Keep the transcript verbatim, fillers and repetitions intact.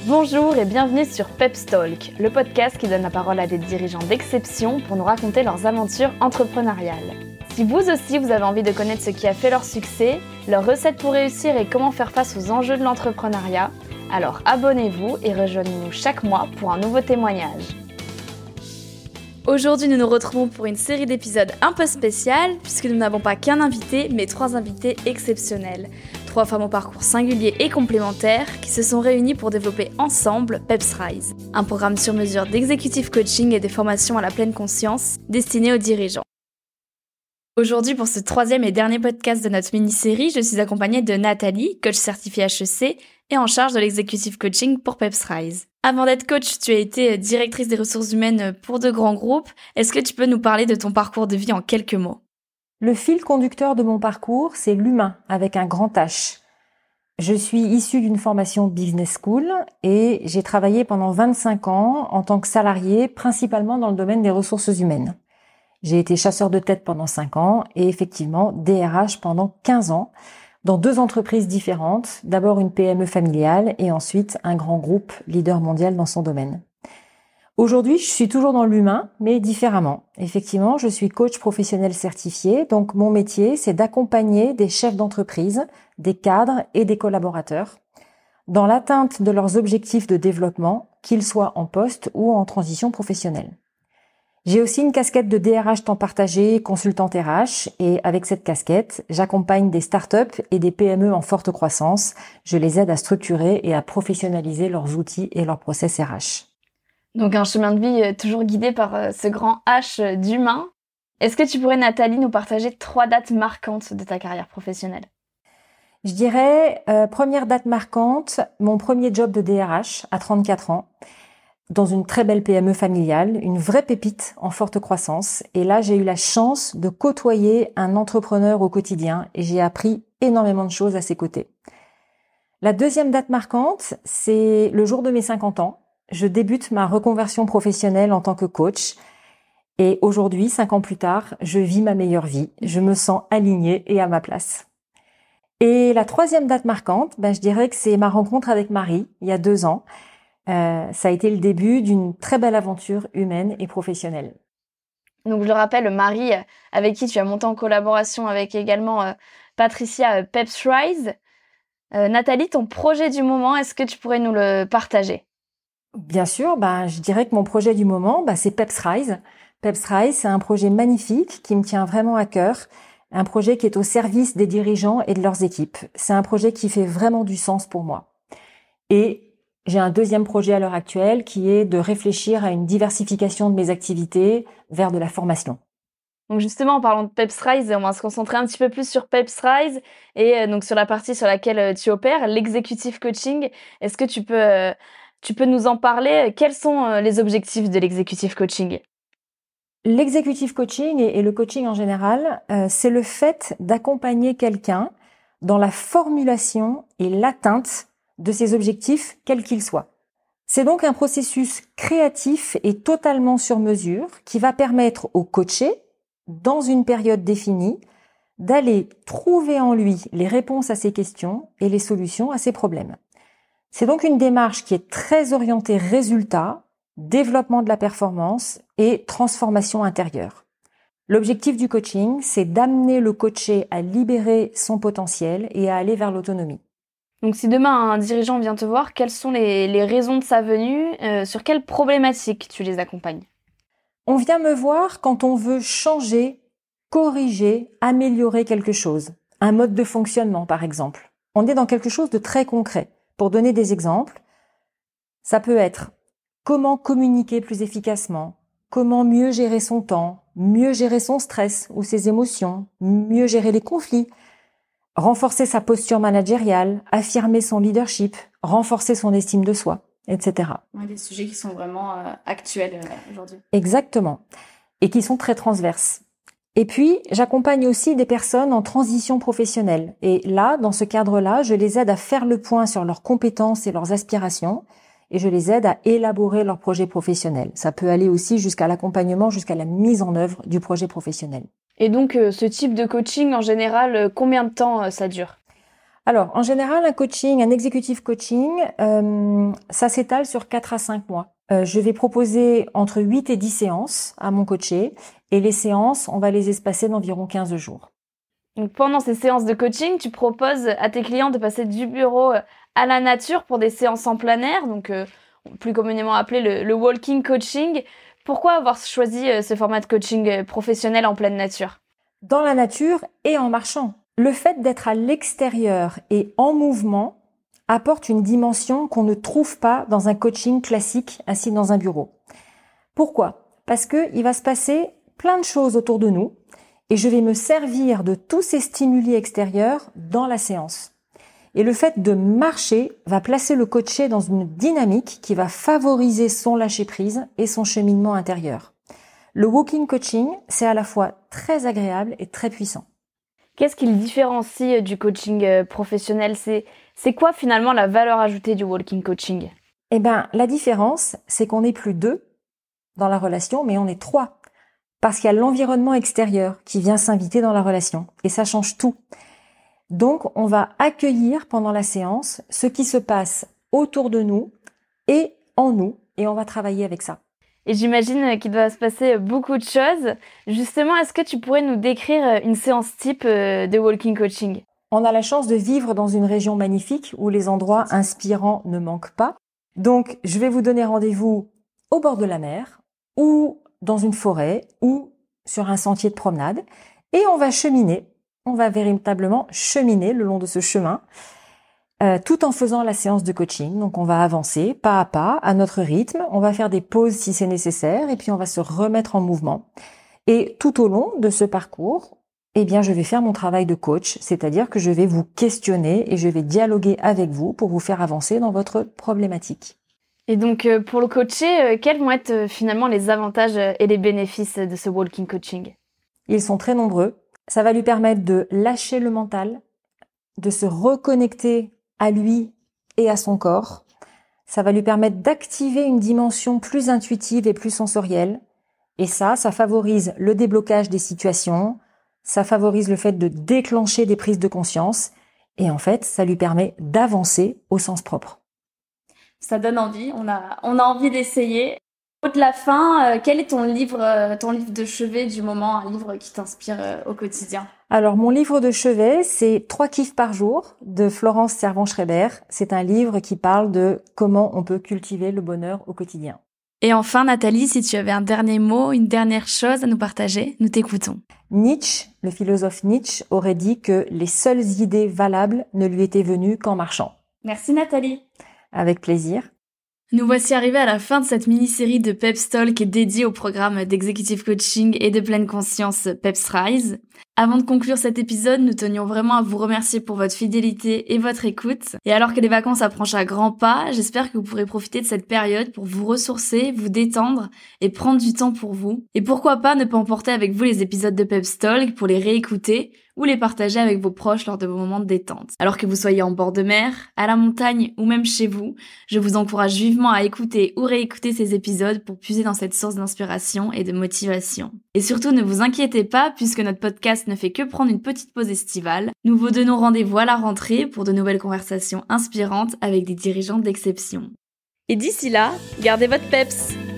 Bonjour et bienvenue sur Peps Talk, le podcast qui donne la parole à des dirigeants d'exception pour nous raconter leurs aventures entrepreneuriales. Si vous aussi vous avez envie de connaître ce qui a fait leur succès, leurs recettes pour réussir et comment faire face aux enjeux de l'entrepreneuriat, alors abonnez-vous et rejoignez-nous chaque mois pour un nouveau témoignage. Aujourd'hui, nous nous retrouvons pour une série d'épisodes un peu spéciales puisque nous n'avons pas qu'un invité, mais trois invités exceptionnels. Trois femmes au parcours singulier et complémentaire qui se sont réunies pour développer ensemble Peps Rise, un programme sur mesure d'executive coaching et de formation à la pleine conscience destiné aux dirigeants. Aujourd'hui, pour ce troisième et dernier podcast de notre mini-série, je suis accompagnée de Nathalie, coach certifiée H E C et en charge de l'executive coaching pour Peps Rise. Avant d'être coach, tu as été directrice des ressources humaines pour de grands groupes. Est-ce que tu peux nous parler de ton parcours de vie en quelques mots ? Le fil conducteur de mon parcours, c'est l'humain avec un grand H. Je suis issue d'une formation business school et j'ai travaillé pendant vingt-cinq ans en tant que salariée, principalement dans le domaine des ressources humaines. J'ai été chasseur de tête pendant cinq ans et effectivement D R H pendant quinze ans dans deux entreprises différentes, d'abord une P M E familiale et ensuite un grand groupe leader mondial dans son domaine. Aujourd'hui, je suis toujours dans l'humain, mais différemment. Effectivement, je suis coach professionnel certifié, donc mon métier, c'est d'accompagner des chefs d'entreprise, des cadres et des collaborateurs dans l'atteinte de leurs objectifs de développement, qu'ils soient en poste ou en transition professionnelle. J'ai aussi une casquette de D R H temps partagé, consultante R H, et avec cette casquette, j'accompagne des startups et des P M E en forte croissance. Je les aide à structurer et à professionnaliser leurs outils et leurs process R H. Donc un chemin de vie toujours guidé par ce grand H d'humain. Est-ce que tu pourrais, Nathalie, nous partager trois dates marquantes de ta carrière professionnelle ? Je dirais, euh, première date marquante, mon premier job de D R H à trente-quatre ans, dans une très belle P M E familiale, une vraie pépite en forte croissance. Et là, j'ai eu la chance de côtoyer un entrepreneur au quotidien et j'ai appris énormément de choses à ses côtés. La deuxième date marquante, c'est le jour de mes cinquante ans. Je débute ma reconversion professionnelle en tant que coach. Et aujourd'hui, cinq ans plus tard, je vis ma meilleure vie. Je me sens alignée et à ma place. Et la troisième date marquante, ben, je dirais que c'est ma rencontre avec Marie, il y a deux ans. Euh, ça a été le début d'une très belle aventure humaine et professionnelle. Donc je le rappelle, Marie, avec qui tu as monté en collaboration avec également euh, Patricia euh, Peps Rise. Euh, Nathalie, ton projet du moment, est-ce que tu pourrais nous le partager ? Bien sûr, ben, je dirais que mon projet du moment, ben, c'est Peps Rise. Peps Rise, c'est un projet magnifique qui me tient vraiment à cœur. Un projet qui est au service des dirigeants et de leurs équipes. C'est un projet qui fait vraiment du sens pour moi. Et j'ai un deuxième projet à l'heure actuelle qui est de réfléchir à une diversification de mes activités vers de la formation. Donc justement, en parlant de Peps Rise, on va se concentrer un petit peu plus sur Peps Rise et euh, donc sur la partie sur laquelle euh, tu opères, l'executive coaching. Est-ce que tu peux, euh, tu peux nous en parler ? Quels sont euh, les objectifs de l'executive coaching ? L'executive coaching et, et le coaching en général, euh, c'est le fait d'accompagner quelqu'un dans la formulation et l'atteinte de ses objectifs, quels qu'ils soient. C'est donc un processus créatif et totalement sur mesure qui va permettre au coaché, dans une période définie, d'aller trouver en lui les réponses à ses questions et les solutions à ses problèmes. C'est donc une démarche qui est très orientée résultat, développement de la performance et transformation intérieure. L'objectif du coaching, c'est d'amener le coaché à libérer son potentiel et à aller vers l'autonomie. Donc si demain un dirigeant vient te voir, quelles sont les, les raisons de sa venue ? euh, Sur quelles problématiques tu les accompagnes ? On vient me voir quand on veut changer, corriger, améliorer quelque chose. Un mode de fonctionnement, par exemple. On est dans quelque chose de très concret. Pour donner des exemples, ça peut être comment communiquer plus efficacement, comment mieux gérer son temps, mieux gérer son stress ou ses émotions, mieux gérer les conflits, renforcer sa posture managériale, affirmer son leadership, renforcer son estime de soi, et cetera. Ouais, des sujets qui sont vraiment euh, actuels euh, aujourd'hui. Exactement. Et qui sont très transverses. Et puis, j'accompagne aussi des personnes en transition professionnelle. Et là, dans ce cadre-là, je les aide à faire le point sur leurs compétences et leurs aspirations. Et je les aide à élaborer leur projet professionnel. Ça peut aller aussi jusqu'à l'accompagnement, jusqu'à la mise en œuvre du projet professionnel. Et donc, euh, ce type de coaching, en général, euh, combien de temps euh, ça dure ? Alors, en général, un coaching, un executive coaching, euh, ça s'étale sur quatre à cinq mois. Euh, je vais proposer entre huit et dix séances à mon coaché et les séances, on va les espacer d'environ quinze jours. Donc pendant ces séances de coaching, tu proposes à tes clients de passer du bureau à la nature pour des séances en plein air, donc euh, plus communément appelé le, le walking coaching. Pourquoi avoir choisi euh, ce format de coaching professionnel en pleine nature ? Dans la nature et en marchant. Le fait d'être à l'extérieur et en mouvement apporte une dimension qu'on ne trouve pas dans un coaching classique assis dans un bureau. Pourquoi ? Parce que il va se passer plein de choses autour de nous et je vais me servir de tous ces stimuli extérieurs dans la séance. Et le fait de marcher va placer le coaché dans une dynamique qui va favoriser son lâcher-prise et son cheminement intérieur. Le walking coaching, c'est à la fois très agréable et très puissant. Qu'est-ce qui le différencie du coaching professionnel ? C'est, c'est quoi finalement la valeur ajoutée du walking coaching ? Eh ben, la différence, c'est qu'on n'est plus deux dans la relation, mais on est trois. Parce qu'il y a l'environnement extérieur qui vient s'inviter dans la relation. Et ça change tout. Donc, on va accueillir pendant la séance ce qui se passe autour de nous et en nous. Et on va travailler avec ça. Et j'imagine qu'il doit se passer beaucoup de choses. Justement, est-ce que tu pourrais nous décrire une séance type de walking coaching ? On a la chance de vivre dans une région magnifique où les endroits inspirants ne manquent pas. Donc, je vais vous donner rendez-vous au bord de la mer ou dans une forêt ou sur un sentier de promenade. Et on va cheminer, on va véritablement cheminer le long de ce chemin euh, tout en faisant la séance de coaching. Donc, on va avancer pas à pas à notre rythme. On va faire des pauses si c'est nécessaire et puis on va se remettre en mouvement. Et tout au long de ce parcours, eh bien, je vais faire mon travail de coach, c'est-à-dire que je vais vous questionner et je vais dialoguer avec vous pour vous faire avancer dans votre problématique. Et donc, pour le coacher, quels vont être finalement les avantages et les bénéfices de ce walking coaching ? Ils sont très nombreux. Ça va lui permettre de lâcher le mental, de se reconnecter à lui et à son corps. Ça va lui permettre d'activer une dimension plus intuitive et plus sensorielle. Et ça, ça favorise le déblocage des situations, ça favorise le fait de déclencher des prises de conscience. Et en fait, ça lui permet d'avancer au sens propre. Ça donne envie, on a, on a envie d'essayer. Au de la fin, euh, quel est ton livre, euh, ton livre de chevet du moment, un livre qui t'inspire euh, au quotidien ? Alors, mon livre de chevet, c'est Trois kiffs par jour de Florence Servan-Schreiber. C'est un livre qui parle de comment on peut cultiver le bonheur au quotidien. Et enfin, Nathalie, si tu avais un dernier mot, une dernière chose à nous partager, nous t'écoutons. Nietzsche, le philosophe Nietzsche, aurait dit que les seules idées valables ne lui étaient venues qu'en marchant. Merci Nathalie. Avec plaisir. Nous voici arrivés à la fin de cette mini-série de Peps Talk dédiée au programme d'executive coaching et de pleine conscience Peps Rise. Avant de conclure cet épisode, nous tenions vraiment à vous remercier pour votre fidélité et votre écoute. Et alors que les vacances approchent à grands pas, j'espère que vous pourrez profiter de cette période pour vous ressourcer, vous détendre et prendre du temps pour vous. Et pourquoi pas ne pas emporter avec vous les épisodes de Peps Talk pour les réécouter ou les partager avec vos proches lors de vos moments de détente. Alors que vous soyez en bord de mer, à la montagne ou même chez vous, je vous encourage vivement à écouter ou réécouter ces épisodes pour puiser dans cette source d'inspiration et de motivation. Et surtout, ne vous inquiétez pas puisque notre podcast ne fait que prendre une petite pause estivale. Nous vous donnons rendez-vous à la rentrée pour de nouvelles conversations inspirantes avec des dirigeants d'exception. Et d'ici là, gardez votre peps!